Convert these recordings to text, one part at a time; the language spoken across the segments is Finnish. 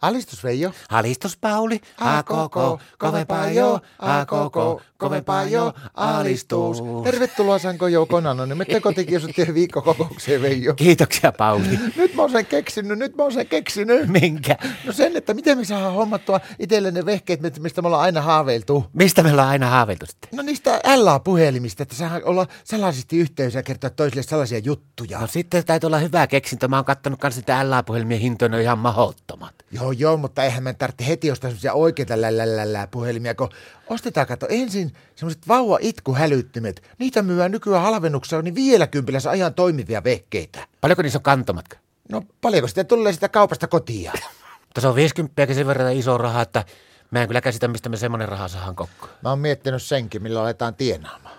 Alistus Veijo. Alistus Pauli, a koko, kovempaa jo, a koko, kovempaa jo, alistus. Tervetuloa Sanko Joukona, no niin me kotikiusattiin viikkokokoukseen Veijo. Kiitoksia Pauli. Nyt mä oon sen keksinyt. Minkä? No sen, että miten me saadaan hommattua itselle ne vehkeet, mistä me ollaan aina haaveiltu. Mistä me ollaan aina haaveiltu sitten? No niistä LA-puhelimista, että saadaan olla salaisesti yhteys ja kertoa toisille salaisia juttuja. No sitten täytyy olla hyvä keksintö. Mä oon kattonut kanssa sitä LA-puhelimien hintoja, ne on ihan mahottomat. Joo, mutta eihän me tarvitse heti ostaa semmoisia oikeita puhelimia, kun ostetaan, kato, ensin semmoiset vauva-itkuhälyttimet. Niitä myyään nykyään halvennuksella, niin vielä kympilässä ajan toimivia vehkeitä. Paljonko niissä on kantomatka? No paljonko sitten tulee sitä kaupasta kotiin? Mutta se on 50 sen verran iso raha, että mä en kyllä käsitä, mistä me semmonen raha saadaan kokkoon. Mä oon miettinyt senkin, millä aletaan tienaamaan.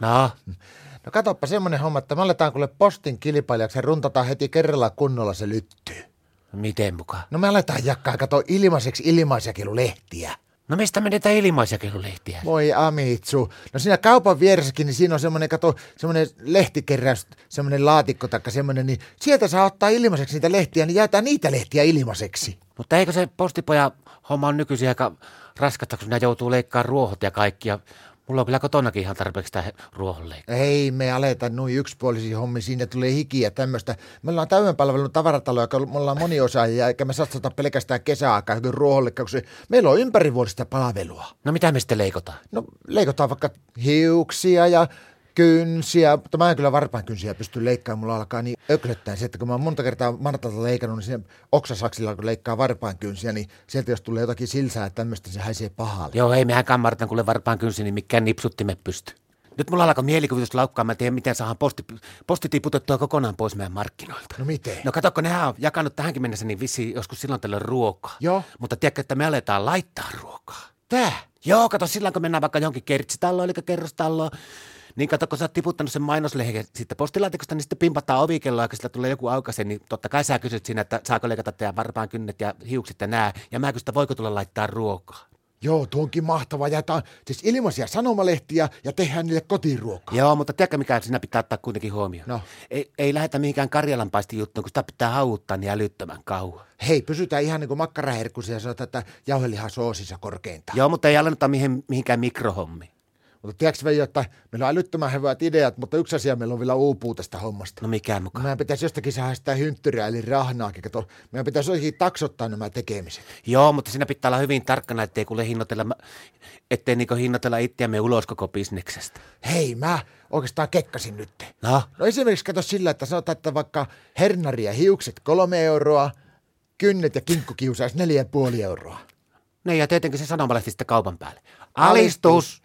No katoppa semmonen homma, että me aletaan kuule postin kilpailijaksi ja runtataan heti kerralla kunnolla se lyttyy. miten mukaan? No me aletaan jakaa, kato, ilmaiseksi ilmaisjakelulehtiä. No mistä me niitä ilmaisjakelulehtiä? Voi Amitsu. No siinä kaupan vieressäkin, niin siinä on semmoinen, kato, semmoinen lehtikeräys, semmoinen laatikko taikka semmoinen, niin sieltä saa ottaa ilmaiseksi niitä lehtiä, niin jaetaan niitä lehtiä ilmaiseksi. Mutta eikö se postipoja homma on nykyisin aika raskasta, kun sinä joutuu leikkaamaan ruohot ja kaikki, ja mulla on kyllä kotonakin ihan tarpeeksi sitä ruohonleikkaa. Ei me aleta noin yksipuolisia hommia, siinä tulee hikiä tämmöistä. Me ollaan täydenpalvelun tavaratalo, joka me ollaan moniosaajia, eikä me satsata pelkästään kesäaikaa ruohonleikkaukseen. Meillä on ympärivuotista palvelua. No mitä me sitten leikotaan? No leikotaan vaikka hiuksia ja kynsiä, mutta mä en kyllä varpainkynsiä pysty leikkaamaan, mulla alkaa niin öklöttää se, että kun mä oon monta kertaa Martalta leikannut, niin siinä oksasaksilla kun leikkaa varpainkynsiä, niin sieltä jos tulee jotakin silsää tämmöistä, se haisee pahalle. Joo, ei mehän Martan kuule varpainkynsiä, niin mikään nipsuttimme pysty. Nyt mulla alkaa mielikuvitus laukkaa, mä tiedän miten saadaan posti tiputettua kokonaan pois meidän markkinoilta. No miten? No katsokko, nehän on jakanut tähänkin mennessä niin vissiin joskus silloin tällöin ruokaa. Joo. Mutta tiedätkö, että me aletaan laittaa ruokaa. Tää? Joo, kato, silloin kun mennään vaikka johonkin kertsitalloon, eli kerrostalloon, niin kato, kun sä oot tiputtanut sen mainoslehden sitten postilaatikosta, niin sitten pimpataan ovikelloa, ja kun sillä tulee joku aukaisen, niin totta kai sä kysyt siinä, että saako leikata teidän varpainkynnet ja hiukset ja nää, ja mä kysyn, että voiko tulla laittaa ruokaa. Joo, tuo onkin mahtavaa. Jaetaan siis ilmaisia sanomalehtiä ja tehdään niille kotiruokaa. Joo, mutta tiedätkö mikä siinä pitää ottaa kuitenkin huomioon? No. Ei lähetä mihinkään karjalanpaisti juttuun, kun sitä pitää hauttaa niin älyttömän kauan. Hei, pysytään ihan niin kuin makkaraherkkuisia ja sanotaan, että jauhelihasoosissa korkeintaan. Joo, mutta ei alenneta mihinkään mikrohommiin. Mutta tiedätkö Veijo, että meillä on älyttömän hyvät ideat, mutta yksi asia meillä on vielä uupuu tästä hommasta. No mikä mukaan? Meidän pitäisi jostakin saada sitä hynttyriä eli rahnaakin. Kato, meidän pitäisi oikein taksottaa nämä tekemiset. Joo, mutta siinä pitää olla hyvin tarkkana, ettei niinku hinnoitella itseämme ulos koko bisneksestä. Hei, mä oikeastaan kekkasin nyt. No Esimerkiksi kato sillä, että sanotaan, että vaikka hernari ja hiukset 3 euroa, kynnet ja kinkkukiusaus 4,5 euroa. Ne ja tietenkin se sanomalehti sitten kaupan päälle. Alistus!